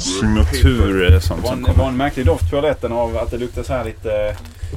signatur sånt som det var en märklig doft på toaletten av att det luktar så här lite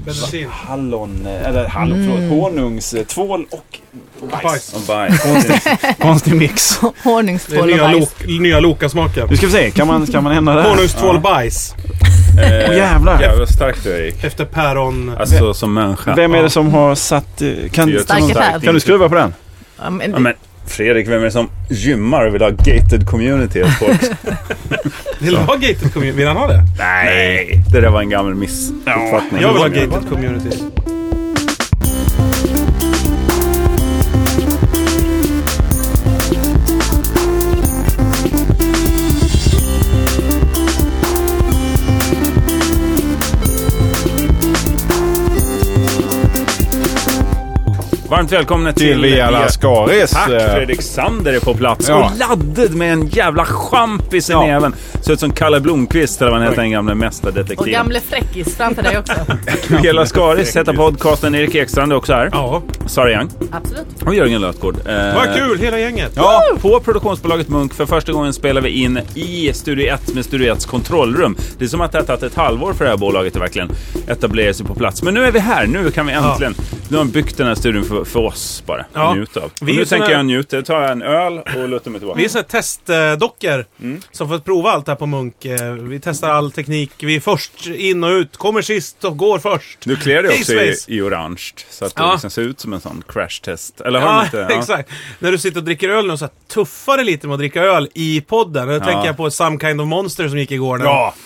honungstvål och bajs. Konstig mix. Honungstvål och bajs. Nya Loka-smaken. Nu ska vi se, kan man ändra det här? Honungstvål bajs. Jävlar. Jävlar starkt du, Erik. Efter päron. Alltså som människa. Vem är det som har satt... Kan du skruva på den? Ja, men Fredrik, vem är det som gymmar och vill ha gated community? Vill du ha gated community? Vill han ha det? Nej, det där var en gammal missuppfattning. Jag vill ha gated community. Varmt välkomna till Via Lascaris. Tack, Fredrik Sander är på plats. Och laddad med en jävla champis i näven. Så ut som Kalle Blomqvist, eller vad han heter, en gamla mästardetektiv. Och gamle fräckis framför dig också. Via Lascaris heter podcasten. Erik Ekstrand är också här. Ja. Sara Young. Absolut. Och Jörgen Lötgård. Vad kul, hela gänget. Ja, på produktionsbolaget Munk. För första gången spelar vi in i Studio 1 med Studio 1s kontrollrum. Det är som att det har tagit ett halvår för det här bolaget att verkligen etablera sig på plats. Men nu är vi här. Nu kan vi äntligen... Nu har byggt den här studion för oss bara. Njuta av. Och nu tänker jag njuta. Tar jag en öl och lutar mig tillbaka. Vi är så här testdockor som får prova allt här på Munk. Vi testar all teknik. Vi är först in och ut. Kommer sist och går först. Du klär dig också i orange. Så att det liksom ser ut som en sån crash-test. Eller har ja, inte, exakt. När du sitter och dricker öl och så tuffar det lite med att dricka öl i podden. Då tänker jag på Some Kind of Monster som gick igår.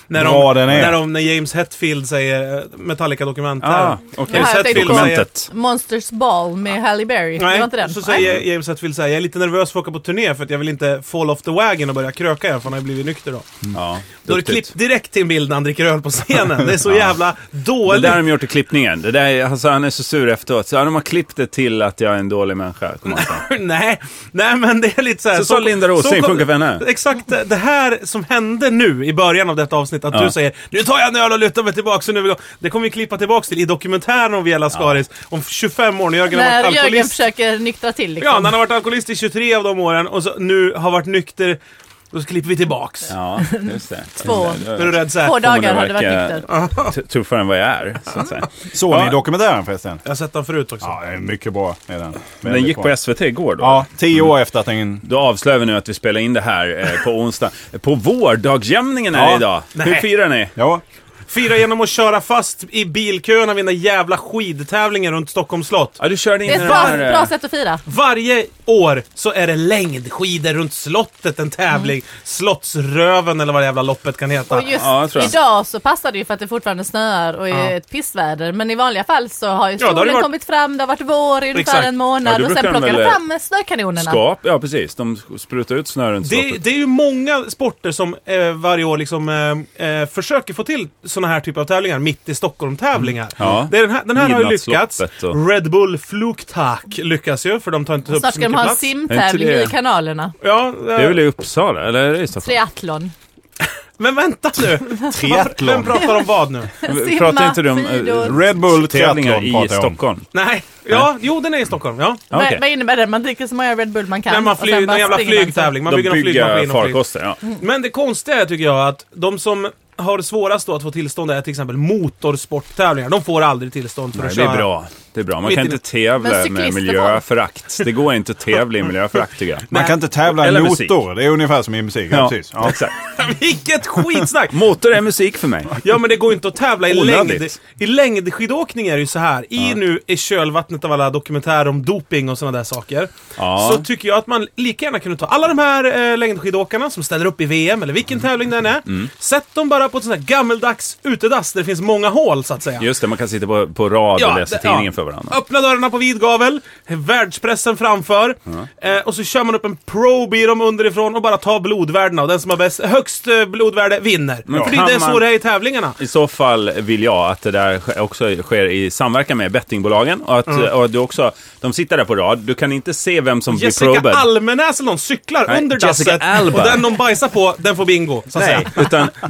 När James Hetfield säger Metallica-dokument här. James Hetfield-dokumentet. Monsters Ball med Halle Berry. Nej, det var inte den. Så säger James Hetfield så här: jag är lite nervös för att åka på turné för att jag vill inte fall off the wagon och börja kröka igen för han har blivit nykter då. Ja, då är det klippt direkt till en bild när han dricker öl på scenen. Det är så jävla dåligt. Det där har de gjort i klippningen. Det där, alltså, han är så sur efteråt. Så de har klippt det till att jag är en dålig människa. Nej, men det är lite så här. Så Linda Rosing funkar för henne. Exakt, det här som hände nu i början av detta avsnitt, att du säger, nu tar jag en öl och lutar mig tillbaka, så nu vill jag. Det kommer vi klippa tillbaka till i dokumentären om Via Lascaris om 25 år när Jörgen har varit alkoholist. Jörgen försöker nyktra till liksom. Ja, när han har varit alkoholist i 23 av de åren och så nu har varit nykter. Då klipper vi tillbaks. Ja, just det. Är du rädd så här? 2 dagar hade varit nykter. Tuffare än vad jag är, så att säga. Såg ni dokumentären förresten? Jag har sett den förut också. Ja, mycket bra är den. Den gick på SVT igår då? Ja, 10 år efter att den... Då avslöjar vi nu att vi spelar in det här på onsdag. På vårdagjämningen är det idag. Hur firar ni? Ja. Fira genom att köra fast i bilköerna vid den jävla skidtävlingen runt Stockholms slott. Ja, du körde in det är ett bra sätt att fira. Varje år så är det längdskidor runt slottet, en tävling. Slottsröven eller vad det jävla loppet kan heta. Och just idag så passar det ju för att det fortfarande snöar och är ett pissväder. Men i vanliga fall så har ju solen kommit fram, det har varit vår i ungefär en månad och sen plockar de fram snökanonerna. Ja, precis. De sprutar ut snö runt slottet. Det är ju många sporter som varje år liksom försöker få till såna här typer av tävlingar mitt i Stockholm-tävlingar. Ja. Den här har ju lyckats. Red Bull Flugtag lyckas ju, för de tar inte upp så mycket plats. Snart ska de ha en simtävling i kanalerna. Ja, det är väl i Uppsala, eller är det i Stockholm? Triathlon. Men vänta nu. Triathlon. Vem pratar om vad nu? Pratar inte du om Red Bull tävlingar i Stockholm? Nej. Jo, den är i Stockholm, ja. Okay. Vad innebär det? Man dricker så många Red Bull man kan. Men man flyger en jävla flygtävling. Man bygger en flygmaskin farkoster, ja. Men det konstiga är, tycker jag, att de som har det svårast då att få tillstånd är till exempel motorsporttävlingar. De får aldrig tillstånd för att köra. Det är bra. Det är bra. Man kan inte tävla med miljöförakt. Det går inte att tävla i miljöförakt, tycker jag. Man kan inte tävla i motor. Det är ungefär som i musik. Ja, precis. Ja. Exakt. Vilket skitsnack! Motor är musik för mig. Ja, men det går inte att tävla i längd. I längdskidåkning är det ju så här. Nu i kölvattnet av alla dokumentärer om doping och sådana där saker. Ja. Så tycker jag att man lika gärna kunde ta alla de här längdskidåkarna som ställer upp i VM eller vilken tävling den är. Sätt dem bara på ett sånt här gammeldags utedass där det finns många hål, så att säga. Just det, man kan sitta på rad och läsa tidningen för varandra. Öppna dörrarna på vid gavel, världspressen framför, och så kör man upp en probe i dem underifrån och bara tar blodvärdena, och den som har högst blodvärde vinner. Men för det är så det är i tävlingarna. I så fall vill jag att det där också sker i samverkan med bettingbolagen och att och du också, de sitter där på rad, du kan inte se vem som blir probed. Jessica Almenäs eller någon cyklar under dasset och den de bajsar på, den får bingo, så att säga. Utan vem blir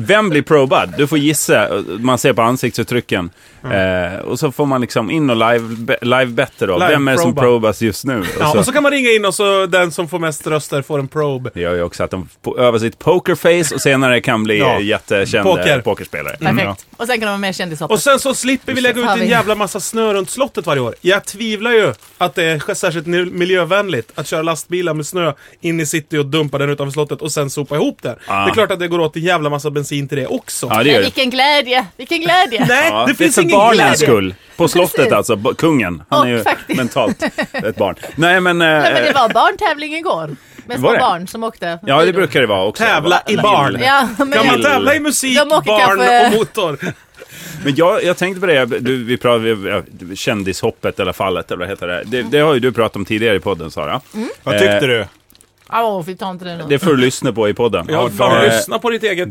probad. Du får gissa. Man ser på ansiktsuttrycken. Och så får man liksom in och live-betta då. Vem är det som probas just nu? Och så kan man ringa in och så den som får mest röster får en probe. Det gör ju också att de övar sitt pokerface och senare kan bli jättekända pokerspelare. Perfekt. Och sen kan de vara med kändishoppet. Och sen så slipper vi lägga ut en jävla massa snö runt slottet varje år. Jag tvivlar ju att det är särskilt miljövänligt att köra lastbilar med snö in i city och dumpa den utanför slottet och sen sopa ihop det. Det är klart att det går åt en jävla massa bensin till det också. Ja, det gör det. Vilken glädje! Nej, det finns ingen barnens skull. På slottet alltså, kungen. Han är ju mentalt ett barn. Nej, men det var barntävling igår. Med små barn som åkte. Ja, det brukar det vara också. Tävla i barn. Ja, kan man tävla i musik, barn och motor? Men jag tänkte på det, vi pratade kändishoppet eller fallet eller vad heter det. Det har ju du pratat om tidigare i podden, Sara. Vad tyckte du? Vi tar inte det nu. Det får du lyssna på i podden. Ja, lyssna på ditt eget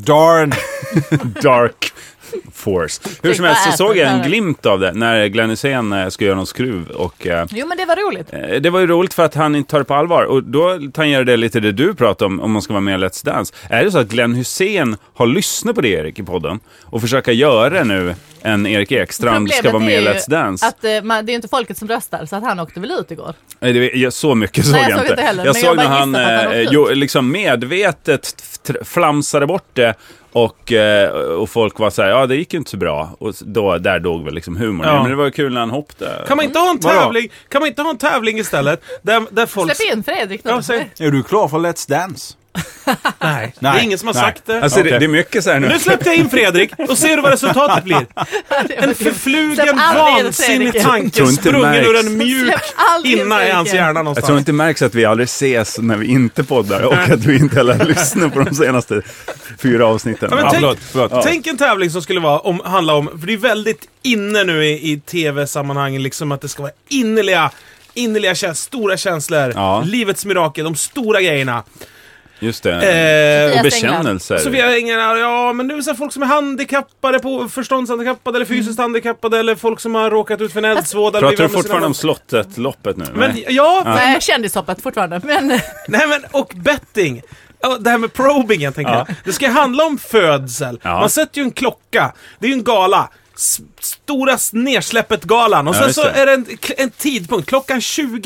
Dark Force. Hur som helst så såg jag en glimt av det när Glenn Hysén ska göra någon skruv. Jo, men det var roligt. Det var ju roligt för att han inte tar det på allvar. Och då tangerar det lite det du pratar om man ska vara med i Let's Dance. Är det så att Glenn Hysén har lyssnat på det, Erik, i podden och försöka göra nu en Erik Ekstrand ska vara med i Let's Dance? Att det är inte folket som röstar, så att han åkte väl ut igår. Så mycket såg jag inte. Heller, jag såg när han liksom medvetet flamsade bort det. Och folk var så här, det gick ju inte så bra. Och där dog väl liksom humorn. Men det var ju kul när han hoppade. Kan man inte ha en tävling? Kan man inte ha en tävling istället? Där folk... Släpp in Fredrik nu. Är du klar för Let's Dance? Nej, det är ingen som har sagt det. Alltså, det är mycket så här nu. Nu släppte jag in Fredrik och ser du vad resultatet blir. En förflugen, vansinnig tanke sprungen ur en mjuk inna i hans hjärna någonstans. Jag tror inte märks att vi aldrig ses när vi inte poddar och att vi inte heller lyssnar på de senaste 4 avsnitten. Tänk en tävling som skulle handla om, för det är väldigt inne nu i tv-sammanhangen liksom, att det ska vara innerliga stora känslor, livets mirakel, de stora grejerna. Just det. Och bekännelser. Sofia Englar, men nu är det folk som är handikappade, förståndshandikappade eller fysiskt handikappade, eller folk som har råkat ut för en eldsvåda. Pratar du fortfarande om slottet-loppet nu? Men kändishoppet fortfarande. Och betting. Det här med probing, jag tänker. Det ska handla om födsel. Man sätter ju en klocka. Det är ju en gala. Stora nersläppet-galan. Och sen så är det en tidpunkt. Klockan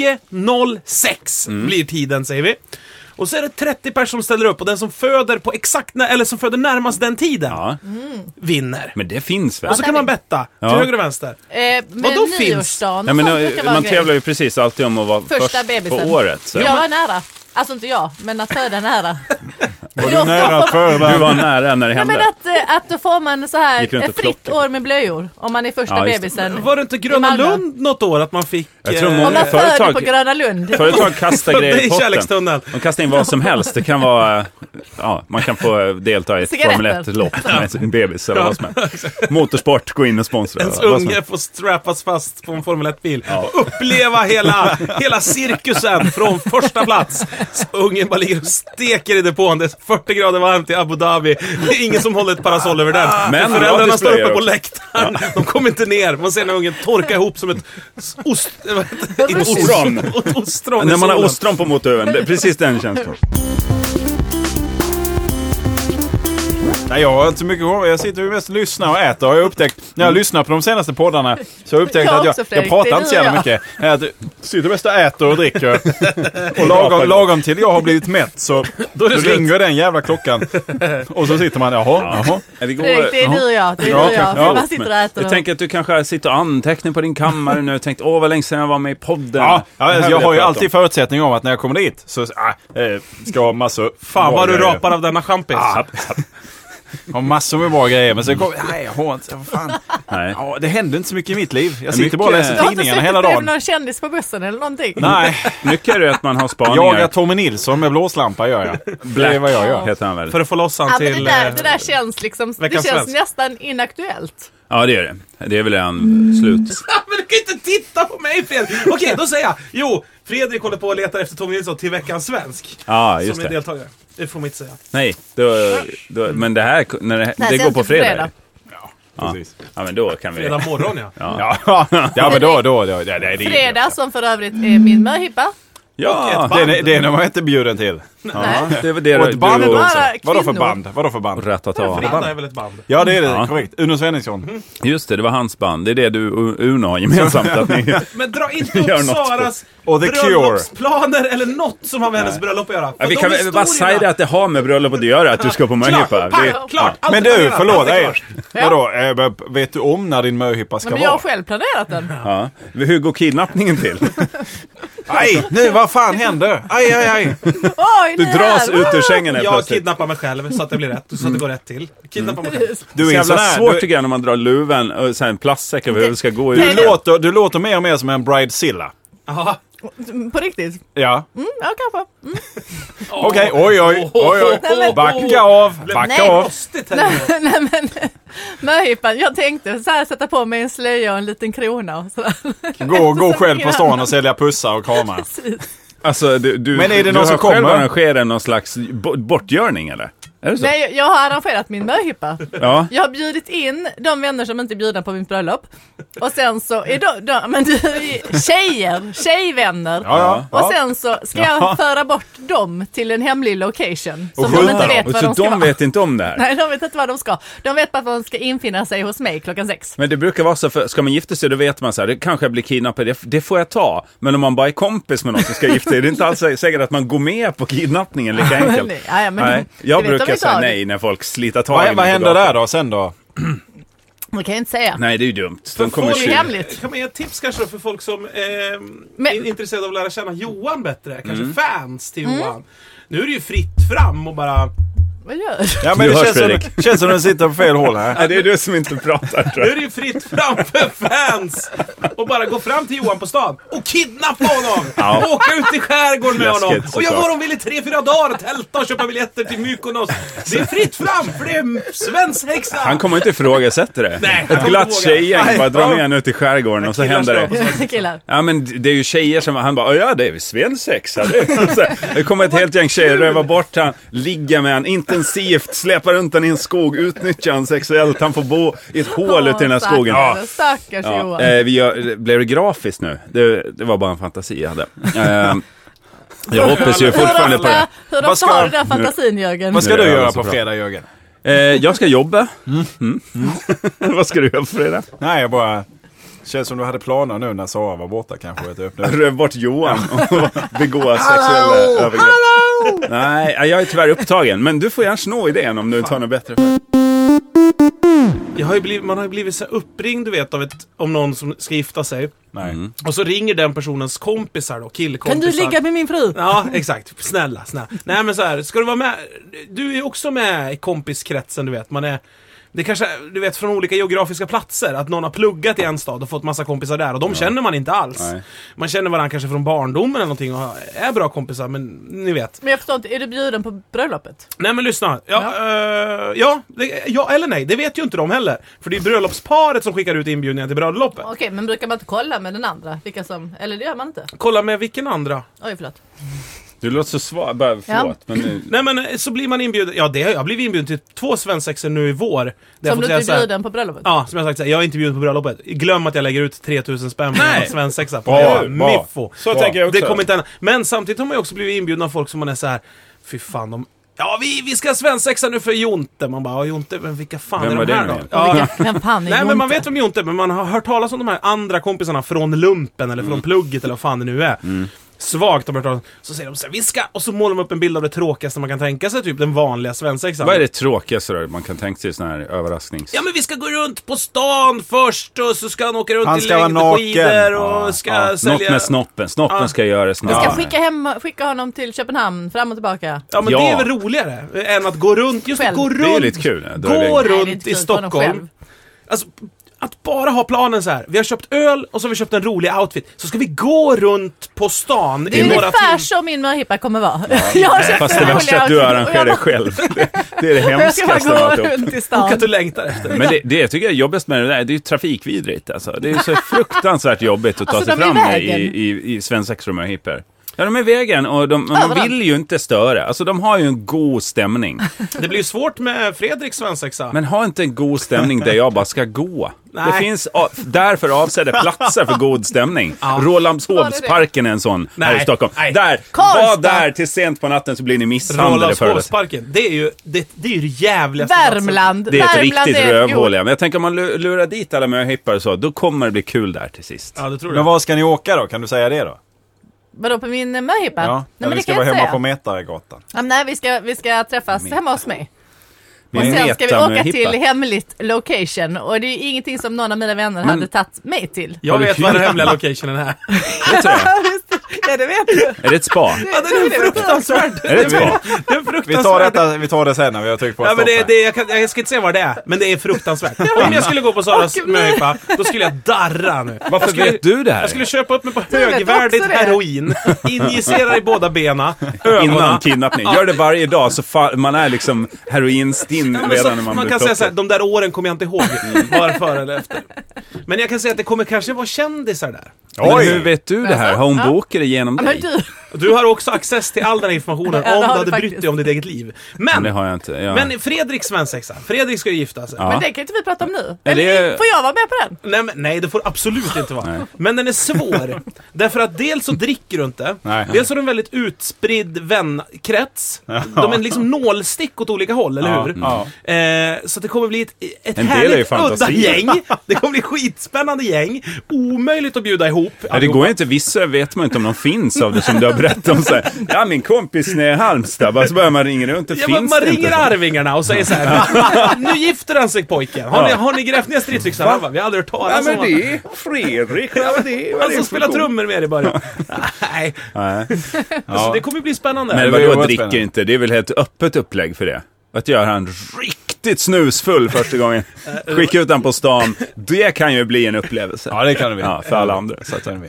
20.06 blir tiden, säger vi. Och så är det 30 personer som ställer upp, och den som föder på eller som föder närmast den tiden vinner. Men det finns väl? Och så kan man betta till höger och vänster. Vadå finns? Man tävlar ju precis alltid om att vara första bebisen på året. Så. Jag var nära. Alltså inte jag, men att föda nära. Var du nära att föda? Du var nära när det hände. Men att då får man så här ett fritt år med blöjor om man är första bebisen. Var det inte Gröna Lund något år att man fick... Jag tror många om man föder på Gröna Lund. Företag kastar grejer i potten. De kastar in vad som helst. Det kan vara... man kan få delta i ett Formel 1-lopp med sin bebis eller vad som helst. Motorsport, gå in och sponsra. Ens unge får strappas fast på en Formel 1-bil och uppleva hela cirkusen från första plats. Så ungen bara ligger och steker i depån. Det är 40 grader varmt i Abu Dhabi. Det är ingen som håller ett parasoll över den. Men föräldrarna står uppe på läktaren. De kommer inte ner. Man ser när ungen torkar ihop som ett ostron. När man har ostron på motorn. Det är precis den känslan. Nej, jag har inte så mycket gånger. Jag sitter ju mest och lyssnar och äter. Och jag har upptäckt, när jag lyssnar på de senaste poddarna, så har jag upptäckt att jag pratar inte så jävla mycket. Jag sitter mest och äter och dricker. Och lagom till jag har blivit mätt, så då ringer den jävla klockan. Och så sitter man, jaha. Det är du och jag. Det är du och jag. Man sitter och äter. Jag tänker att du kanske sitter och antecknar på din kammare nu och tänkt, vad länge sedan jag var med i podden. Ja, jag har ju alltid förutsättning om att när jag kommer dit så ska ha massor... Fan vad du rapar av denna champis. Har massor med bra grejer, men så jag har inte, fan. Nej. Ja, det händer inte så mycket i mitt liv. Jag sitter bara och läser tidningarna hela dagen. Du har inte någon kändis på bussen eller någonting? Nej. Mycket är det att man har spaningar. Jagar Tommy Nilsson med blåslampa gör jag. Det är vad jag gör. Heter han väl. För att få loss han till... Det där känns liksom, det känns nästan inaktuellt. Ja, det är det. Det är väl en slut. Men du kan inte titta på mig, Fredrik. Okej, då säger jag. Fredrik håller på och letar efter Tommy Nilsson till Veckans Svensk. Ja, just som är deltagare. Det får man inte säga. Nej, men det här det går på fredag. Precis. Ja, men då kan vi... Fredag morgon, ja, men då. Det är fredag som för övrigt är min möhippa. Ja, det är när man inte bjuden till. Ja, det var det. Och ett band också. Vadå för band? Rätt att ta. Fredag är väl ett band? Ja, det är det. Korrekt. Uno Svenningsson. Just det var hans band. Det är det du och Uno har gemensamt. Att ni men dra inte upp Saras bröllopsplaner eller något som har med hennes bröllop att göra. Ja, vi kan bara säga det att det har med bröllopet att göra, att du ska på möhippa. Klart. Men du, förlåt. Vadå? Vet du om när din möhippa ska vara? Men jag har själv planerat den. Ja. Hur går kidnappningen till? Aj, nu vad fan händer? Aj. Oj, du dras ut ur sängen. Jag kidnappar mig själv så att det blir rätt. Så att det går rätt till. Kidnappar mig själv. Du är jävla svårt tycker jag när man drar luven och sen en plastsäck över hur det ska gå ut. Du låter mer och mer som en bridezilla. Jaha. På riktigt? Ja. Ja, kanske. Okej, oj. Backa av. Nej, men möhippan, jag tänkte så här, sätta på mig en slöja och en liten krona och sådär. Gå själv på stan och sälja pussar och kramar. Alltså, men är det någon som kommer? Själv arrangerar någon slags bortgörning eller? Är det så? Nej, jag har arrangerat min möhippa. Ja. Jag har bjudit in de vänner som inte är bjudna på min bröllop. Och sen så är men du tjejvänner. Ja. Och sen så ska jag föra bort dem till en hemlig location. Och som de inte vet och vad så de ska de vet inte om det här? Nej, de vet inte vad de ska. De vet bara att de ska infinna sig hos mig 6:00. Men det brukar vara så, för ska man gifta sig då vet man så här, det kanske blir kidnappad, det får jag ta. Men om man bara är kompis med någon som ska gifta sig, det är inte alls säkert att man går med på kidnappningen lika enkelt. Nej, jag brukar säga nej när folk sliter tag i. Vad händer där då sen då? Det kan jag inte säga. Nej, det är ju dumt. Det är hemligt. Kan man ge ett tips kanske för folk som är intresserade av att lära känna Johan bättre? Kanske fans till Johan. Nu är det ju fritt fram och bara... Vad gör? Ja, men det känns som att du sitter på fel håll här. Nej, det är du som inte pratar, tror jag. Nu är det ju fritt fram för fans och bara gå fram till Johan på stan och kidnappa honom. Åka ut i skärgården med honom. Och jag var de vill i 3-4 dagar tälta och köpa biljetter till Mykonos. Det är fritt fram för det är svensexa. Han kommer inte ifrågasätta det. Nej, ett glatt tjejgäng bara drar med han ut i skärgården och så händer det. Killar. Ja, men det är ju tjejer som han bara, ja det är svensexa. Det kommer ett helt gäng tjejer, röva bort han, ligga med han, intensivt, släpar runt han i en skog, utnyttjar han sexuellt, han får bo i ett hål ute i den här skogen. Stackars Johan. Blev det grafiskt nu? Det var bara en fantasi jag hade. Jag hoppas ju fortfarande på det. Hur ofta har du den fantasin, Jörgen? Vad ska du göra på fredag, Jörgen? Jag ska jobba. Vad ska du göra på fredag? Nej, jag bara... Känns som du hade planer nu när Sara var borta kanske. Röv bort Johan och begå sexuella övergrepp. Nej, jag är tyvärr upptagen. Men du får gärna snå idén om du tar något bättre för. Man har ju blivit så uppringd, du vet, om någon som ska gifta sig. Nej. Och så ringer den personens kompisar då, killkompisar. Kan du ligga med min fru? Ja, exakt. Snälla. Nej, men så här, ska du vara med? Du är också med i kompiskretsen, du vet. Man är... Det kanske, du vet, från olika geografiska platser. Att någon har pluggat i en stad och fått massa kompisar där. Och de känner man inte alls. Nej. Man känner varandra kanske från barndomen eller någonting. Och är bra kompisar, men ni vet. Men jag förstår inte, är du bjuden på bröllopet? Nej, men lyssna. Ja eller nej. Det vet ju inte de heller. För det är bröllopsparet som skickar ut inbjudningar till bröllopet. Okej, men brukar man inte kolla med den andra? Eller det gör man inte? Kolla med vilken andra? Oj, förlåt. Du låter så svag, bara förlåt. Ja. Men nej, men så blir man inbjuden. Ja, jag har blivit inbjuden till 2 svensexor nu i vår. Som du inte är bjuden på bröllopet? Ja, som jag sagt, jag är inte bjuden på bröllopet. Glöm att jag lägger ut 3000 spänn på en svensexa på Miffo. Så tänker jag också. Det kommer inte. Men samtidigt har man ju också blivit inbjuden av folk som man är så här, fy fan, vi ska svensexa nu för Jonte. Man bara, Jonte, men vilka fan vem är de här då? Ja. Vem fan är Nej, Jonte? men man vet vem Jonte, men man har hört talas om de här andra kompisarna från lumpen eller från plugget eller vad fan det nu är. Svagt så säger de så här, vi ska, och så målar de upp en bild av det tråkigaste man kan tänka sig, typ den vanliga svensexan. Vad är det tråkigaste då man kan tänka sig, sån här överrasknings? Ja, men vi ska gå runt på stan först och så ska han åka runt i längdskidor och ska sälja... Något med snoppen. Snoppen ska göra snart. Vi ska skicka honom till Köpenhamn fram och tillbaka. Ja, men det är väl roligare än att gå runt. Just gå runt. Det är lite kul. Gå runt i Stockholm. Alltså, att bara ha planen så här. Vi har köpt öl och så har vi köpt en rolig outfit. Så ska vi gå runt på stan. Det är ungefär som min möhippa kommer vara. Fast det värsta är att du arrangerar det själv. Det är det hemskaste av alltihop. Och att du längtar efter. Men det jag tycker är jobbigast med det där, det är ju trafikvidrigt. Alltså. Det är så fruktansvärt jobbigt att ta sig fram i svensexor och möhippor. Ja, de är i vägen och man vill ju inte störa. Alltså de har ju en god stämning. Det blir ju svårt med Fredriks svensexa. Men ha inte en god stämning där jag bara ska gå. Nej. Det finns därför avsedda platser för god stämning. Rålambshovsparken är en sån här i Stockholm. Nej. Var där till sent på natten så blir ni misshandlade. Rålambshovsparken, det är ju det jävligaste. Värmland. Det är ett riktigt rövhål. Men jag tänker om man lurar dit alla möhippar så, då kommer det bli kul där till sist. Ja, det tror jag. Men var ska ni åka då? Kan du säga det då? Vadå, på min möhippa? Ja, nej, vi ska vara hemma på Metaregatan. Nej, vi ska träffas hemma hos mig. Och sen ska vi åka till hemligt location. Och det är ingenting som någon av mina vänner hade tagit mig till. Jag vet vad den hemliga locationen är. Vet du det? Ja, det vet du. Är det ett spa? Ja, det är fruktansvärt. Är det ett spa? Det är fruktansvärt. Vi tar det sen när vi har tryckt på men jag ska inte säga vad det är, men det är fruktansvärt. Om jag skulle gå på Saras möhippa, då skulle jag darra nu. Varför vet du det här? Jag skulle köpa upp mig på högvärdigt heroin, injicera i båda bena, innan kidnappning. Gör det varje dag så man är liksom heroinstinn redan när man kan säga så här, de där åren kommer jag inte ihåg varför eller efter. Men jag kan säga att det kommer kanske vara kändisar där. Men hur vet du det här? Har hon bokat igenom dig? Du har också access till all den informationen om du hade brytt dig om ditt eget liv. Men det har jag inte. Ja. Men Fredrik svensexa. Fredrik ska ju gifta sig. Ja. Men det kan inte vi prata om nu. Eller får jag vara med på den? Nej, det får absolut inte vara. Men den är svår. Därför att dels så dricker du inte. Dels har du en väldigt utspridd vänkrets. De är liksom nålstick åt olika håll, eller hur? Så det kommer bli ett härligt udda gäng. Det kommer bli skitspännande gäng. Omöjligt att bjuda ihop. Ja, det går inte. Vissa vet man inte om de finns av det som du har berättat om. Så här, ja, min kompis är Halmstad. Bara så börjar man ringa runt. Man ringer Arvingarna och säger så här: nu gifter han sig, pojken. Har ni grävt ner stridslyxarna? Vi har aldrig hört talas om. Ja, men det är Fredrik. Han som spelar trummor med i början. Nej. Alltså, det kommer bli spännande. Men vadå dricker inte? Det är väl ett öppet upplägg för det. Att göra han riktigt snusfull första gången. Skicka ut den på stan. Det kan ju bli en upplevelse. Ja, det kan det bli. Ja, för alla andra. Så att det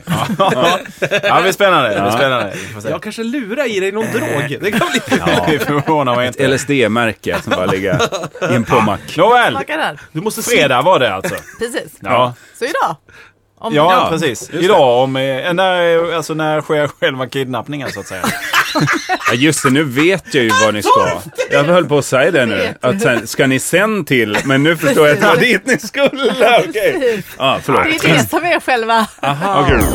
blir spännande. Jag kanske lurar i dig någon drog. Det kan bli ett LSD-märke som bara ligger in på mack. Nåväl. Du måste fredag var det alltså. Precis. Ja. Så idag. Ja, precis. Idag när sker själva kidnappningen så att säga. Ja, just det, nu vet jag ju vad ni ska. Jag höll på att säga det nu. Att sen, ska ni sen till? Men nu förstår jag att det var dit ni skulle. Okej. Ja, förlåt. Det är det som är själva. Aha. Okay.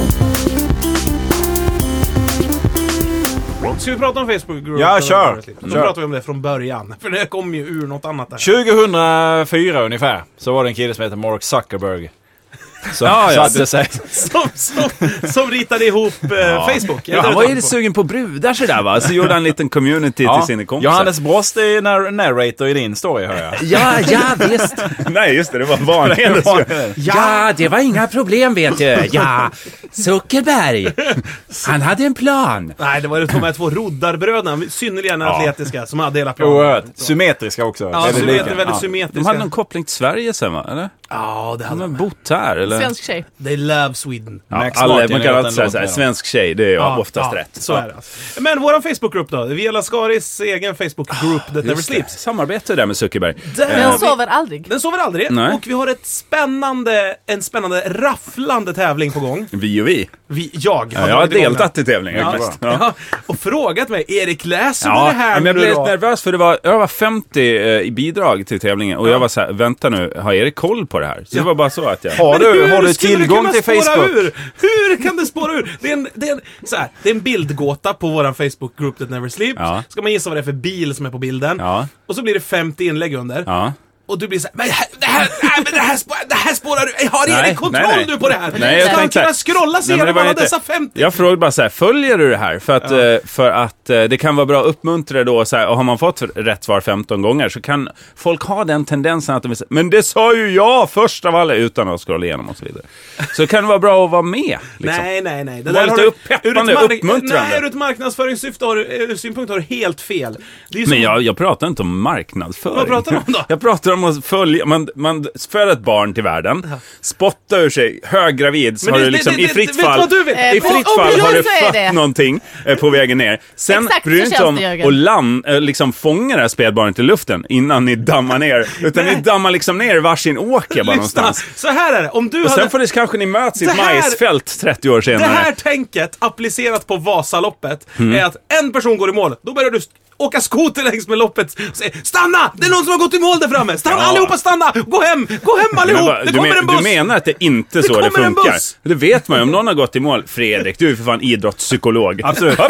Ska vi prata om Facebook-gruppen? Ja, kör. Då pratar vi om det från början. För det kom ju ur något annat där. 2004 ungefär så var det en kille som heter Mark Zuckerberg. Som ritade ihop Facebook. Ja, han var ju sugen på brudar sådär, va? Så gjorde han en liten community till sina kompisar. Johannes Brost är narrator i din story, hör jag. Ja, visst. Nej, just det var vanligt. Ja, det var inga problem, vet du. Ja, Zuckerberg. Han hade en plan. Nej, det var de här 2 roddarbröderna, synnerligen atletiska, som hade hela planen. Symmetriska också. Ja, väldigt symmetriska. De hade någon koppling till Sverige sen, va? Eller? Ja, det hade de bott här, eller? Svensk tjej. They love Sweden. Ja, man kan alltid säga såhär, svensk tjej, det är ju oftast rätt. Så är det. Men våran Facebookgrupp då? Via Lascaris egen Facebookgrupp That Never Sleeps. Samarbete där med Zuckerberg. Den sover aldrig. Den sover aldrig. Nej. Och vi har en spännande rafflande tävling på gång. Vi. Jag har deltagt i tävlingen. Ja. Och frågat mig, Erik, läser du det här? Men jag blev nervös för jag var 50 i bidrag till tävlingen. Och jag var såhär, vänta nu, har Erik koll på det här? Så det var bara så att jag... Har du tillgång till Facebook? Hur kan det spåra ur? Det är en bildgåta på våran Facebook-grupp That Never Sleep. Ja. Ska man gissa vad det är för bil som är på bilden. Ja. Och så blir det 50 inlägg under. Ja. Och du blir så här, men det här spårar du. Har Erik kontroll nu på det här? Nej, jag tänkte kunna scrolla sig igenom alla dessa 50. Jag frågade bara så här, följer du det här? För att det kan vara bra att uppmuntra då så här, och har man fått rätt svar 15 gånger så kan folk ha den tendensen att de vill säga, men det sa ju jag först av alla utan att scrolla igenom och så vidare. Så kan det vara bra att vara med. Liksom. Nej. Det var lite uppeppande, uppmuntrande. Ur ett marknadsföringssynpunkt har du helt fel. Men jag pratar inte om marknadsföring. Vad pratar du om då? Jag pratar om att följa. man föder ett barn till världen, spottar ur sig, höggravid, så har du liksom i fritt fall har du fått någonting på vägen ner. Sen bryr du inte om att liksom fånga det här spädbarnet i luften innan ni dammar ner, utan ni dammar liksom ner varsin åker bara någonstans. Så här är det, om du och sen får det kanske ni möts i ett majsfält 30 år senare. Det här tänket applicerat på Vasaloppet är att en person går i mål, då börjar du åka skoter längs med loppet och säger stanna! Det är någon som har gått i mål där framme! Stanna allihopa, stanna! Gå hem allihop! Det kommer en buss! Du menar att det inte är så det funkar? Det vet man ju om någon har gått i mål. Fredrik, du är för fan idrottspsykolog. Absolut.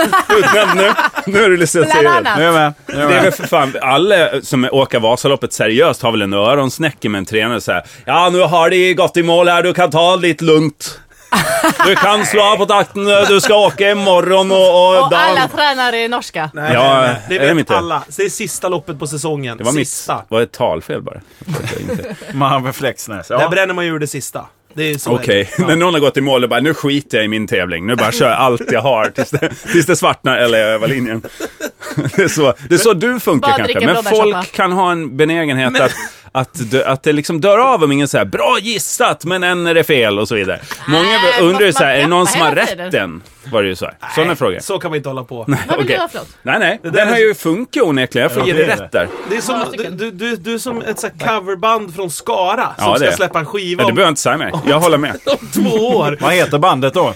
Nu är du lite seriös. Det är väl för fan, alla som åker Vasaloppet seriöst har väl en öronsnäcke med en tränare så här. Ja, nu har de gått i mål här, du kan ta det lite lugnt. Du kan slå av på takten, du ska åka imorgon och alla tränare är norska. Nej, det vet alla. Det är sista loppet på säsongen. Det var sista. Var ett talfel bara. Man har reflexnäs. Där bränner man ju det sista. Okej, när någon har gått i mål och bara, nu skiter jag i min tävling. Nu bara kör allt jag har tills det svartnar eller över linjen. Det är så du funkar kanske. Men folk kan ha en benägenhet att det liksom dör av om ingen säger bra gissat, men än är det fel och så vidare. Många undrar så här, är det någon som har rätten? Var det ju så här. Sådana frågor. Så kan man inte hålla på. Nej. Den har ju funkat onekligen. Jag får ge dig rätt där. Det är som, du är som ett så coverband från Skara som ska släppa en skiva. Du behöver inte säga mig. Jag håller med. Om 2 år. Vad heter bandet då?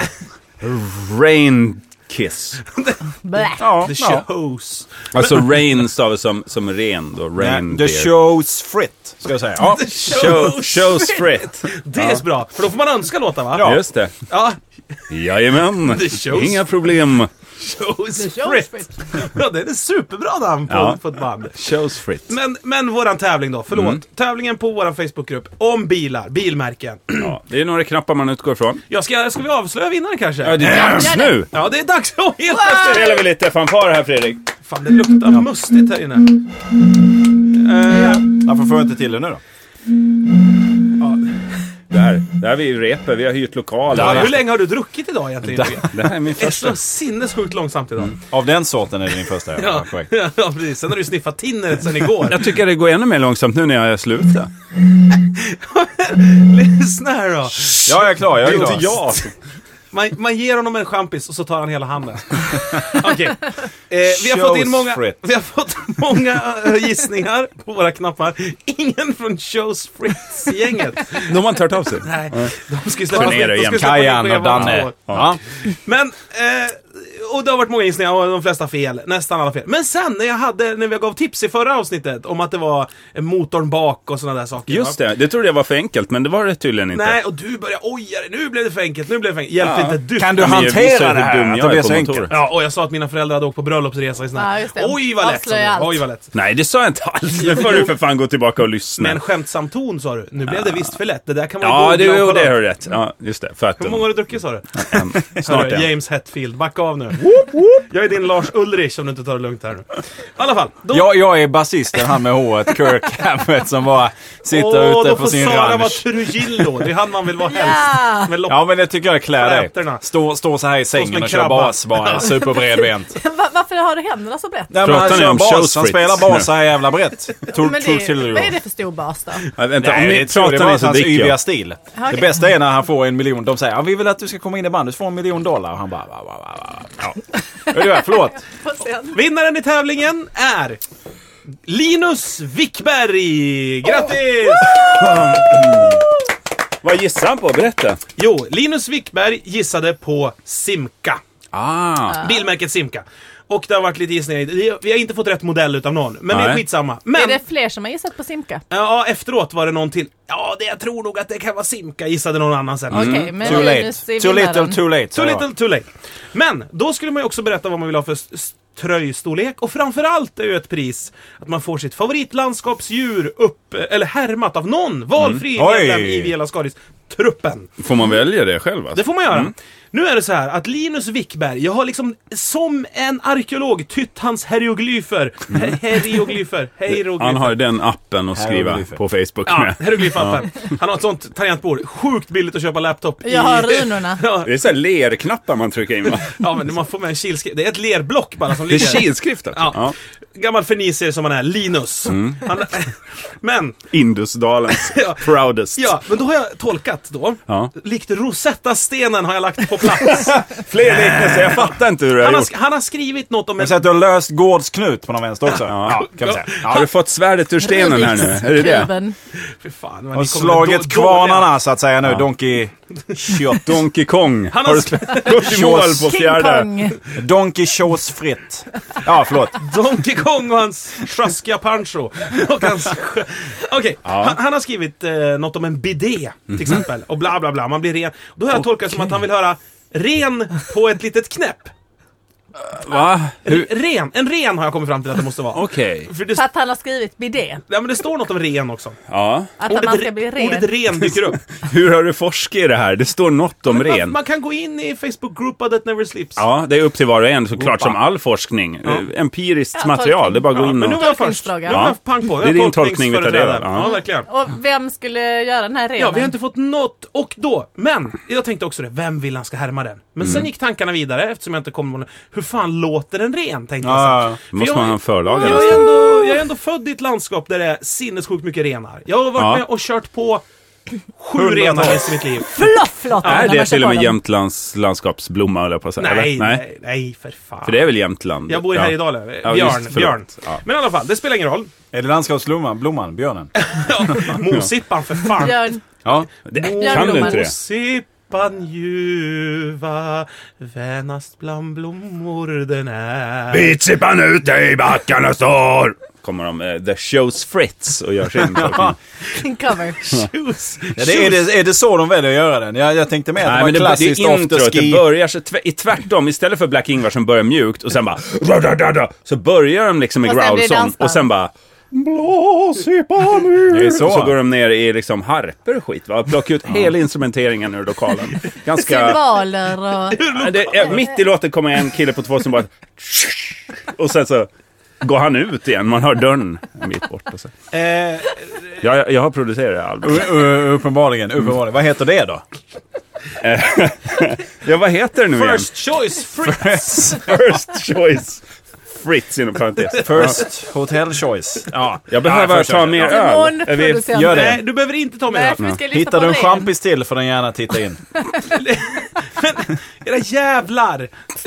Rain Kiss. The Shows. Alltså rain stavas som ren då. Rain the Shows Fritt, ska jag säga. Ja. Shows Fritt. Det är bra, för då får man önska låta, va? Ja, just det. Ja. Jajamän. Inga problem. Shows Fritt. Ja, det är ett superbra namn på ett band. Shows Fritt. Men våran tävling då, förlåt. Tävlingen på våran Facebookgrupp om bilar, bilmärken. Ja, det är några knappar man utgår från. Ska vi avslöja vinnaren kanske? Ja, det är dags nu. Ja, det är dags. Helt plötsligt. Spelar vi lite fanfar här, Fredrik. Fan, det luktar mustigt här inne. Varför får jag inte till det nu då? Det här är vi repet, vi har hyrt lokaler. Hur länge har du druckit idag egentligen? Det här är min första. Det är så sinnessjukt långsamt idag. Av den sorten är det din första. Ja, precis. Sen har du sniffat tinneret sen igår. Jag tycker det går ännu mer långsamt nu när jag slutar. Lyssna här då. Ja, jag är klar. Jag är klar. Man ger honom en champis och så tar han hela handen. Okej. Vi har fått många gissningar på våra knappar. Ingen från Shows Fritz-gänget. De har inte hört av sig. Nej. De ska släppa Kajan och Danne. Ja. Men och det har varit många gissningar och de flesta fel. Nästan alla fel. Men sen när vi gav tips i förra avsnittet om att det var motorn bak och såna där saker. Just det trodde jag var för enkelt, men det var det tydligen inte. Nej, och du började oja det. Nu blev det för enkelt. Hjälp inte du. Kan du hantera det här? Att det blir så enkelt. Ja, och jag sa att mina föräldrar hade åkt på bröllopsresa i snart. Oj, vad lätt. Nej, det sa jag inte alls. Nu får du för fan gå tillbaka och lyssna. Men skämtsam ton, sa du. Nu blev det visst för lätt. Det där kan man det har du rätt. Ja, just det. För att hur många har du druckit, sa du? Snart James Hetfield, backa av nu. Jag är din Lars Ulrich om du inte tar det lugnt här nu. I alla fall. Jag är basisten, han med håret, Kirk Hammett, som bara sitter ute på sin ranch. Då får Sara vara Trujillo. Det är han man vill vara helst. Ja, men det tycker jag är klär dig. Stå så här i sängen och kör bas bara, superbredbent. Varför har du händerna så brett? Nej, han kör bas, han spelar bas så här jävla brett. Vad är det för stor bas då? Vänta, om ni pratar det var hans yviga stil. Det bästa är när han får 1 miljon. De säger, vi vill att du ska komma in i bandet, du får $1 million. Och han bara, förlåt. Vinnaren i tävlingen är Linus Wickberg. Grattis! Vad gissar han på? Berätta. Jo, Linus Wickberg gissade på Simca. Bilmärket Simca. Och det har varit lite gissningar. Vi har inte fått rätt modell utav någon. Men det är skitsamma. Men, är det fler som har gissat på Simca? Ja, efteråt var det någon till. Ja, jag tror nog att det kan vara Simca, gissade någon annan sen. Okej, men too late. Too little, too late. Too little, too late. Men, då skulle man ju också berätta vad man vill ha för tröjstorlek. Och framförallt är ju ett pris att man får sitt favoritlandskapsdjur eller härmat av någon valfri medlem i Vela Skaris truppen. Får man välja det själv? Alltså? Det får man göra. Nu är det så här att Linus Wickberg, jag har liksom som en arkeolog tytt hans hieroglyfer. Han har den appen att skriva på Facebook med. Hieroglyfappen. Han har ett sånt tangentbord. Sjukt billigt att köpa laptop. Jag har runorna. Det är så här lerknappar man trycker in, va? Ja, men man får med en kilskrift. Det är ett lerblock bara som ligger. Det är kilskrift alltså. Ja. Gammal fenicier som han är, Linus. Men Indusdalens proudest. Ja, men då har jag tolkat då. Likt Rosetta-stenen har jag lagt på plats. Fler liknelser, jag fattar inte hur det har gjort. Han har skrivit något om... Jag säger att du har löst gårdsknut på någon vänster också. Kan man säga. Har du fått svärdet ur stenen här nu? Är det det? Fy fan, och slagit kvarnarna så att säga nu. Donkey Kong. Han har gått i mål på fjärde. Donkey Shows fritt. Ja, förlåt. Donkey Kong och hans sjaskiga Pancho. Okej, han har skrivit något om en bidé till exempel. Och bla bla bla, man blir ren. Då har jag tolkat som att han vill höra ren på ett litet knäpp. Va? En ren har jag kommit fram till att det måste vara. Okej. För att han har skrivit bidé. Ja, men det står något om ren också. Ja. Att man ska bli ren. Ordet ren dyker upp. Hur har du forskat i det här? Det står något om ren. Man kan gå in i Facebook-gruppa that never sleeps. Ja, det är upp till var och en såklart som all forskning. Empiriskt material, det är bara att gå in och... Men nu var jag först. Nu har jag pang på. Det är din tolkning vi tar det. Ja, verkligen. Och vem skulle göra den här renen? Ja, vi har inte fått något. Och då, men jag tänkte också det. Vem vill han ska härma den? Men sen gick tankarna vidare eftersom jag inte kom med hur fan låter en ren, tänkte jag. Måste man ha en förlag? Jag är ändå född i ett landskap där det är sinnessjukt mycket renar. Jag har varit med och kört på 7 renar i mitt liv. Förlåt. Är det till och med Jämtlands landskapsblomma, eller på att säga? Nej, för fan. För det är väl Jämtland? Jag bor i Härjedalen. Björn. Ja. Men i alla fall, det spelar ingen roll. Är det landskapsblomman, björnen? Mosippan, för fan. Björn. Ja, kan du inte det? Mosippan ljuva, vänast bland blommor den är. Vitsippan ute i backarna står. Kommer de The Shows Fritz och gör sin cover. Är det så de väljer att göra den? Jag tänkte med att det var klassiskt introt. Det börjar så tvärtom. Istället för Black Ingvar som börjar mjukt och sen bara så börjar de liksom i growlsång och sen bara blåsippan ut. Så går de ner i liksom harper och skit, va? Plockar ut hela instrumenteringen ur lokalen. Ganska... Cymbaler och... mitt i låten kommer en kille på 2 som bara... Och sen så går han ut igen. Man hör dörren en bit bort. Och så. Jag har producerat det album. Uppenbarligen. Vad heter det då? Ja, vad heter det nu igen? First Choice Fritz. First Choice Fritz inom parentes. First Hotel Choice. Ja, jag behöver ta mer öl. Gör det. Nej, du behöver inte ta mer öl. Hittar du en champis till får den gärna titta in. Men, era jävlar.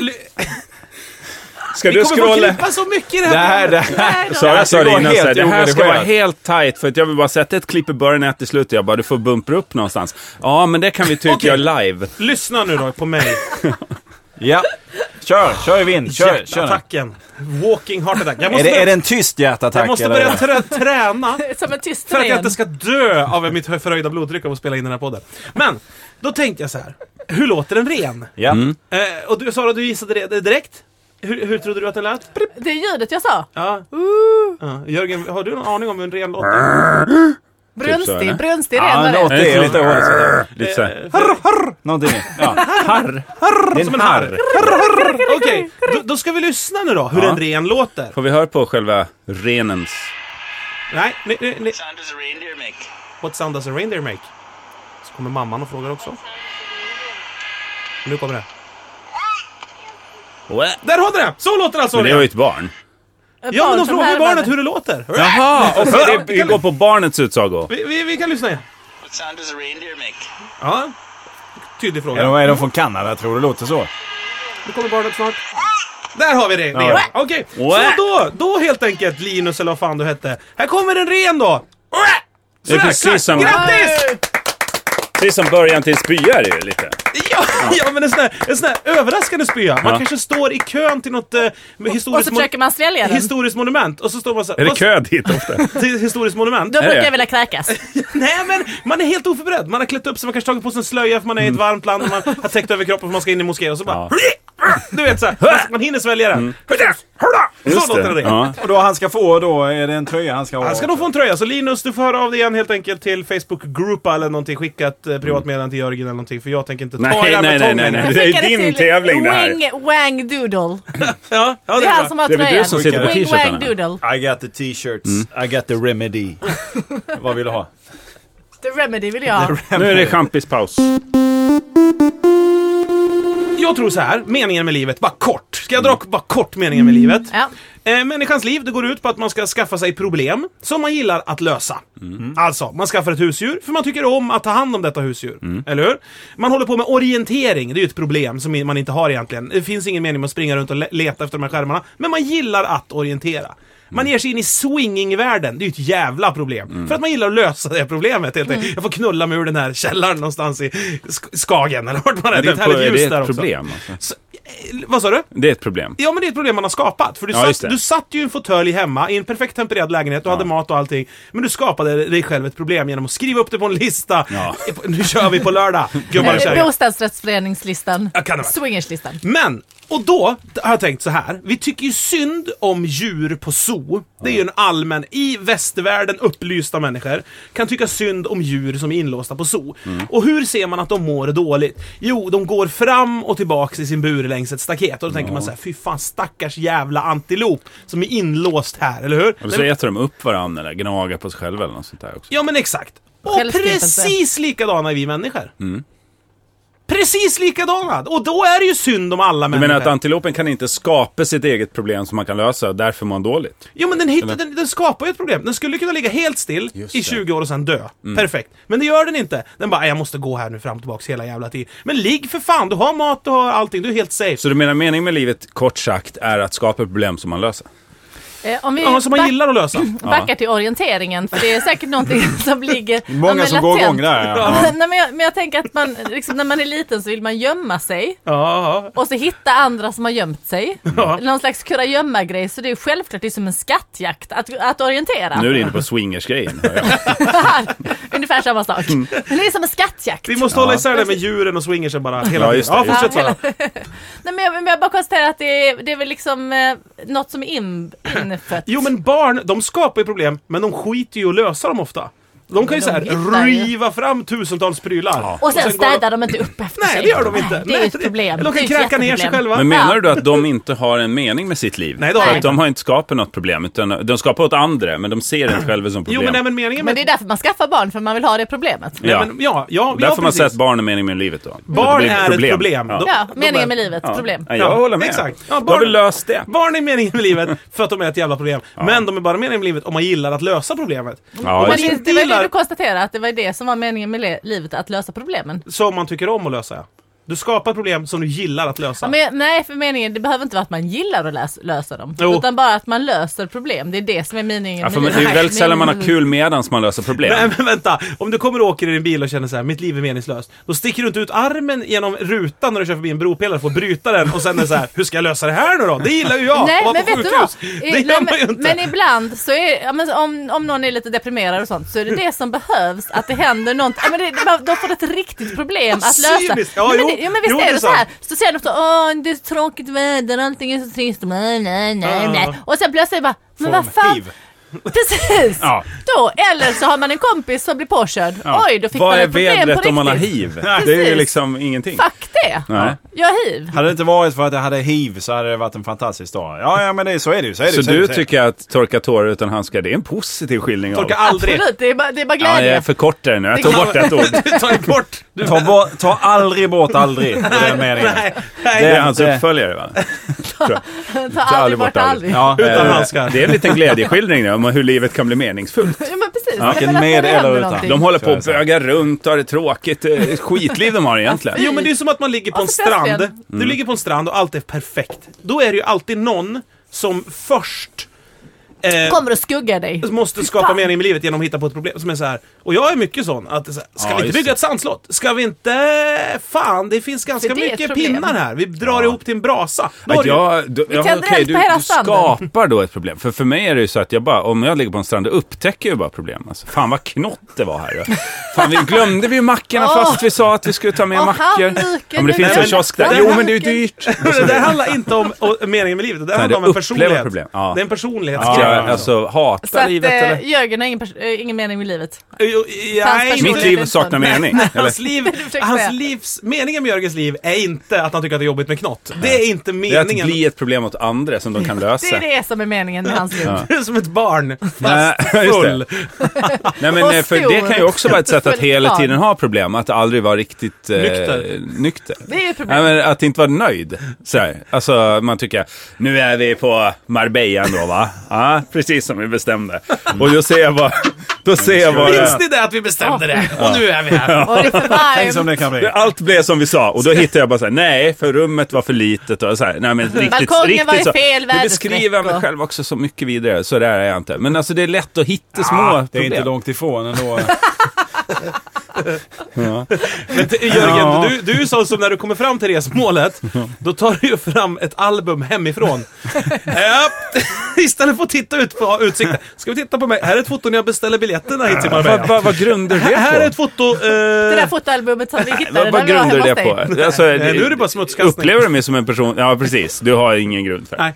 Ska du scrolla? Klippa så mycket i det här. Jag sa det innan, det här ska vara helt tight för att jag vill bara sätta ett klipp i början och ett i slutet. Jag bara, du får bumpra upp någonstans. Ja, men det kan vi tycka live. Lyssna nu då på mig. Ja. Kör i vind. Kör. Attacken. Walking heart attack. Är det en tyst hjärtattack? Jag måste börja träna som en tyst för att jag inte ska dö av mitt förhöjda blodtryck av att spela in den här podden. Men, då tänkte jag så här. Hur låter en ren? Ja. Och du sa att du gissade det direkt. Hur trodde du att den lät? Det är ljudet jag sa. Ja. Jörgen, har du någon aning om hur en ren låter? Brunstig ren. Det är lite hårt. Lite så här. Harr. Någonting. Ja. Harr. Det är en harr. Okej, då ska vi lyssna nu då. Hur en ren låter. Får vi höra på själva renens? Nej. What sound does a reindeer make? Så kommer mamman och frågar också. Nu kommer det. Där har du det! Så låter det alltså. Men det var ju ett barn. Ja, men då frågar barnet hur det låter. Jaha, och vi går på barnets utsago. Vi kan lyssna igen. What sound does a reindeer make? Ja, tydlig fråga. Är de från Kanada, tror du det låter så? Nu kommer barnet snart. Där har vi det. Okej, så då helt enkelt, Linus eller vad fan du hette. Här kommer en ren då. Det är precis som... Grattis! Precis som början till spya är det lite. Ja, men en sån här överraskande spya. Man kanske står i kön till något historiskt... Och så försöker man svälja den. Historiskt monument. Och så står man så här... Är det kö dit ofta? Till historiskt monument. Då brukar jag vilja kräkas. Nej, men man är helt oförberedd. Man har klätt upp sig, man kanske tagit på sig en slöja för man är i ett varmt land och man har täckt över kroppen för man ska in i moskén och så bara... Du vet så här, man hinner svälja den. Så låter det. Ja. Och då han ska få, då är det en tröja han ska ha. Han ska nog få en tröja. Så Linus, du får höra av dig igen helt enkelt till Facebook-gruppa eller någonting. Skicka ett privatmeddelande till Jörgen eller någonting. För jag tänker inte ta det här med tången. Nej. Det är din tävling det här. Wang Doodle. Ja, det är han som har tröjan. Det är du som sitter på t-shirtarna. I got the t-shirts. I got the remedy. Vad vill du ha? The remedy vill jag ha. Nu är det champispaus. Jag tror så här, meningen med livet, bara kort. Ska jag dra bara kort meningen med livet? Ja. Människans liv, det går ut på att man ska skaffa sig problem som man gillar att lösa. Alltså, man skaffar ett husdjur för man tycker om att ta hand om detta husdjur. Eller hur? Man håller på med orientering, det är ju ett problem som man inte har egentligen. Det finns ingen mening med att springa runt och leta efter de här skärmarna. Men man gillar att orientera. Man ger sig in i swinging-världen. Det är ju ett jävla problem. För att man gillar att lösa det problemet. Jag får knulla mig ur den här källaren någonstans i Skagen. Eller vart man är. Det är ett problem. Så, vad sa du? Det är ett problem. Ja, men det är ett problem man har skapat. För du satt ju i en fåtölj hemma i en perfekt tempererad lägenhet. Du hade mat och allting. Men du skapade dig själv ett problem genom att skriva upp det på en lista. Nu kör vi på lördag. Bostadsrättsföreningslistan. Swingerslistan. Men... Och då har jag tänkt så här. Vi tycker ju synd om djur på zoo. Det är ju en allmän, i västvärlden upplysta människor kan tycka synd om djur som är inlåsta på zoo. Och hur ser man att de mår dåligt? Jo, de går fram och tillbaka i sin bur längs ett staket. Och då tänker man så här, fy fan, stackars jävla antilop som är inlåst här, eller hur? Och så äter de upp varandra eller gnagar på sig själva eller något sånt där också. Ja, men exakt. Och precis likadana är vi människor. Precis likadana. Och då är det ju synd om alla människor. Du menar att antilopen kan inte skapa sitt eget problem som man kan lösa och därför mår man dåligt? Jo, men den skapar ju ett problem. Den skulle kunna ligga helt still i 20 år och sen dö. Perfekt. Men det gör den inte. Den bara, jag måste gå här nu fram och tillbaka hela jävla tiden. Men ligg för fan, du har mat, du har allting, du är helt safe. Så du menar meningen med livet, kort sagt, är att skapa ett problem som man löser? Om vi som man gillar att lösa. Backar till orienteringen, för det är säkert någonting som ligger... Många som går igång där. Nej, men jag tänker att man, liksom, när man är liten så vill man gömma sig. Och så hitta andra som har gömt sig. Någon slags kurragömma-grej. Så det är självklart det är som en skattjakt att orientera. Nu är det inne på swingers-grejen. Ungefär samma sak. Men det är som en skattjakt. Vi måste hålla isär det med djuren och swingersen bara hela tiden. Ja, fortsätt bara. Nej, men jag bara konstaterar att det är väl liksom något som är infött. Jo, men barn, de skapar ju problem, men de skiter ju att lösa dem ofta. De kan ju såhär riva fram tusentals prylar. Och sen städar de inte upp efter sig. Nej, det gör de inte. Det är ett problem. De kan kräka ner sig själva. Men menar du att de inte har en mening med sitt liv? Nej, de har inte skapat något problem, utan de skapar åt andra, men de ser inte själva som problem. Jo, men meningen men det är därför man skaffar barn, för man vill ha det problemet. Därför man säger att barn är meningen med livet då. Barn är ett problem. Ja, meningen med livet, problem. Jag håller med. Exakt. Då har vi löst det. Barn är meningen med livet för att de är ett jävla problem. Men de är bara meningen med livet om man gillar att lösa problemet. Det var det du konstaterade, att det var det som var meningen med livet, att lösa problemen. Som man tycker om att lösa. Du skapar problem som du gillar att lösa. Men, nej, för meningen, det behöver inte vara att man gillar att lösa dem. Utan bara att man löser problem. Det är det som är meningen med livet. Det är väldigt sällan man har kul medans man löser problem. Men vänta, om du kommer och åker i din bil och känner så här, mitt liv är meningslöst. Då sticker du inte ut armen genom rutan när du kör förbi en bropelare för att bryta den. Och sen är det så här, hur ska jag lösa det här nu då? Det gillar ju jag. Nej, men vet du vad? Det gör man ju inte. Men ibland så är om någon är lite deprimerad och sånt, så är det som behövs, att det händer något. Då får det ett riktigt problem att lösa. Men visst är det så här. Så säger de så, det är så tråkigt väder, allting är så trist. Nej. Och sen plötsligt bara, men vad fan? Precis! Ja. Då, eller så har man en kompis som blir påkörd. Oj, då fick vad man ett ett problem på riktigt. Vad är vädret om man har hiv? Det är ju liksom ingenting. Fuck det! Nej. Jag har hiv. Hade det inte varit för att jag hade hiv så hade det varit en fantastisk dag. Ja, men så är det ju. Så du tycker att torka tårar utan handskar, det är en positiv skildring av? Torka aldrig. Absolut, det är bara glädje. Ja, jag förkortar det nu. Jag tar bort ett ord. Ta aldrig bort aldrig. Det är hans uppföljare, va? Ta aldrig bort aldrig. Ja, utan handskar. Det är en liten glädjeskildring nu om hur livet kan bli meningsfullt. Ja, men precis. Varken med eller utan. De håller på att böga runt och har det tråkigt. Skitliv de har egentligen. Jo, men det är som att man ligger på en strand. Du ligger på en strand och allt är perfekt. Då är det ju alltid någon som först kommer att skugga dig. Måste skapa mening med livet genom att hitta på ett problem som är så här. Och jag är mycket sån att ska vi inte bygga ett sandslott? Ska vi inte... Fan, det finns ganska mycket pinnar här. Vi drar ihop till en brasa. Du skapar då ett problem. För mig är det ju så att om jag ligger på en strand och upptäcker ju bara problem. Alltså, fan vad knott det var här. Fan, vi glömde vi mackorna fast vi sa att vi skulle ta med mackor. Men det finns en kiosk där. Jo, men det är ju dyrt. Det där handlar inte om meningen med livet. Det där handlar om en personlighet. Problem. Ja. Det är en personlighetsgrej. Alltså, hata livet eller? Jörgen har ingen mening med livet. Mitt liv saknar mening. Hans livs... Meningen med Jörgens liv är inte att han tycker att det är jobbigt med knott. Det är inte meningen. Det är att bli ett problem åt andra som de kan lösa. Det är det som är meningen med hans liv. Det är som ett barn. Fast full. Nej, men för det kan ju också vara ett sätt att hela tiden ha problem. Att aldrig vara riktigt nykter. Det är ju ett problem. Men att inte vara nöjd. Så här. Alltså man tycker, nu är vi på Marbella ändå, va? Ja, precis som vi bestämde. Och då ser jag bara... Minns ni det att vi bestämde det? Och nu är vi här. Och det är för Tänk som det kan bli. Allt blev som vi sa. Och då hittade jag bara så här, nej, för rummet var för litet. Och så här, nej, men riktigt var så. Fel. Det beskriver mig själv också så mycket vidare. Så där är jag inte. Men alltså det är lätt att hitta små problem. Det är inte långt ifrån ändå. Men Jörgen, du är så som när du kommer fram till resmålet, då tar du ju fram ett album hemifrån. Istället för att titta ut på utsikten. Ska vi titta på mig? Här är ett foto när jag beställer biljetterna hit till Marbella. Vad grundar det på? Här är ett foto... Det där fotoalbumet som vi hittade. Vad grundar det på? Alltså, nu är det bara smutskastning. Upplever du mig som en person... Ja, precis. Du har ingen grund för det.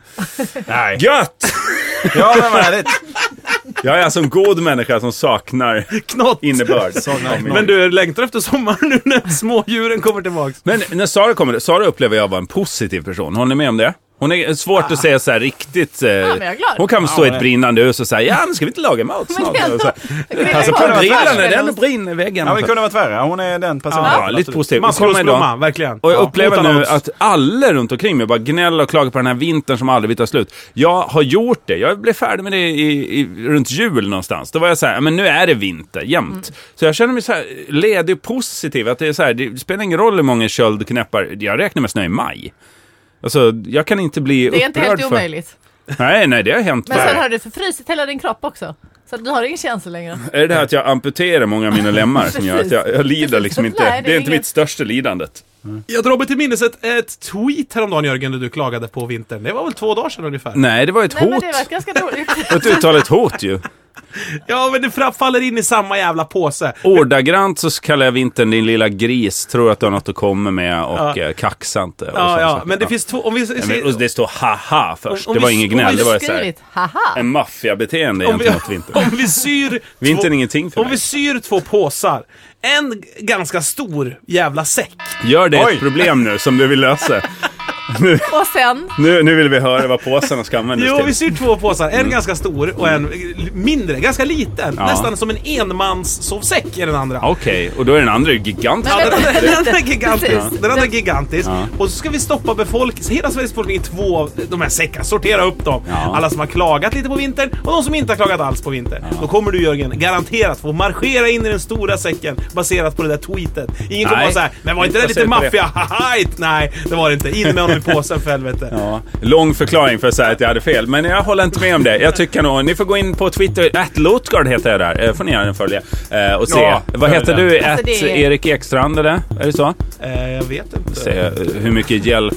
Nej. Gött! Ja, men vad är det? Jag är alltså en god människa som saknar innebörd. Men du längtar efter sommaren nu när smådjuren kommer tillbaka. Men när Sara kommer, Sara upplever jag vara en positiv person. Håller ni med om det? Hon är svårt att säga så här riktigt... hon kan stå i ett brinnande hus och säga, men ska vi inte laga mat snart? Alltså på grillen när den brinner i väggen. Ja, vi kunde varit värre. Hon är den personen. Ja, lite positiv. Maskrosblomma, verkligen. Och jag upplever nu att alla runt omkring mig bara gnäller och klagar på den här vintern som aldrig vill ta slut. Jag har gjort det. Jag blev färdig med det runt jul någonstans. Då var jag så här, men nu är det vinter, jämt. Så jag känner mig så här ledig och positiv. Att det är så här, det spelar ingen roll hur många köldknäppar. Jag räknar med snö i maj. Alltså, jag kan inte bli upprörd. Det är inte helt omöjligt. Nej, det har hänt. Men sen har du förfrysit hela din kropp också. Så du har ingen känsla längre. Är det här att jag amputerar många av mina lemmar som gör att jag lider liksom inte? Nej, det är inte mitt största lidandet. Jag drar mig till minnes ett tweet häromdagen, Jörgen, där du klagade på vintern. Det var väl 2 dagar sedan ungefär. Nej, det var ett hot. Men det var ganska dåligt. Ett uttalat hot ju. Ja, men det faller in i samma jävla påse. Ordagrant så kallar jag vintern din lilla gris. Tror att du har något att komma med och kaxant. Men det finns två... det står haha först. Det var ingen gnäll. Det var så här, en maffiabeteende gentemot vintern. Om vi syr... Vintern är ingenting för mig. Om vi syr 2 påsar. En ganska stor jävla säck. Gör det ett problem nu som du vill lösa. Och sen? Nu vill vi höra vad påsarna ska användas till. Jo, vi syr 2 påsar. En ganska stor och en mindre, ganska liten. Nästan som en enmanssovsäck är den andra. Okej, och då är den andra gigantisk. Den andra är gigantisk. Den andra är gigantisk. Och så ska vi stoppa hela Sveriges befolkning i 2 av de här säckarna. Sortera upp dem. Alla som har klagat lite på vintern och de som inte har klagat alls på vintern. Då kommer du, Jörgen, garanterat få marschera in i den stora säcken baserat på det där tweetet. Ingen kommer att säga, men var inte det lite maffia? Nej, det var det inte. In med honom i påsen för helvete. Ja. Lång förklaring för att säga att jag hade fel. Men jag håller inte med om det. Jag tycker nog, ni får gå in på Twitter. @Lotgard heter jag där. Får ni gärna följa. Och se. Vad heter du? Erik Ekstrand eller? Är det så? Jag vet inte. Se hur mycket hjälp.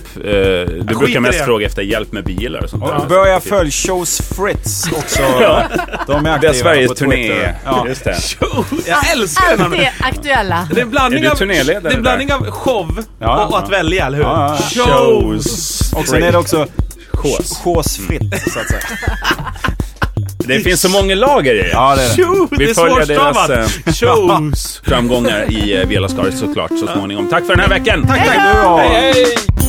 Du brukar mest fråga efter hjälp med bilar och sånt. Och börja följa Shows Fritz också. De är aktiva. Det är Sveriges turné. Ja. Just det. Jag älskar den. Allt är aktuella. Det är en blandning av show och att välja, eller hur? Ja. Shows. Och sen är det också showsfritt, så att säga. Det finns så många lager i det. Ja, det är det. Vi följer deras shows. framgångar i Vela Skaris såklart så småningom. Tack för den här veckan. Tack. Hej.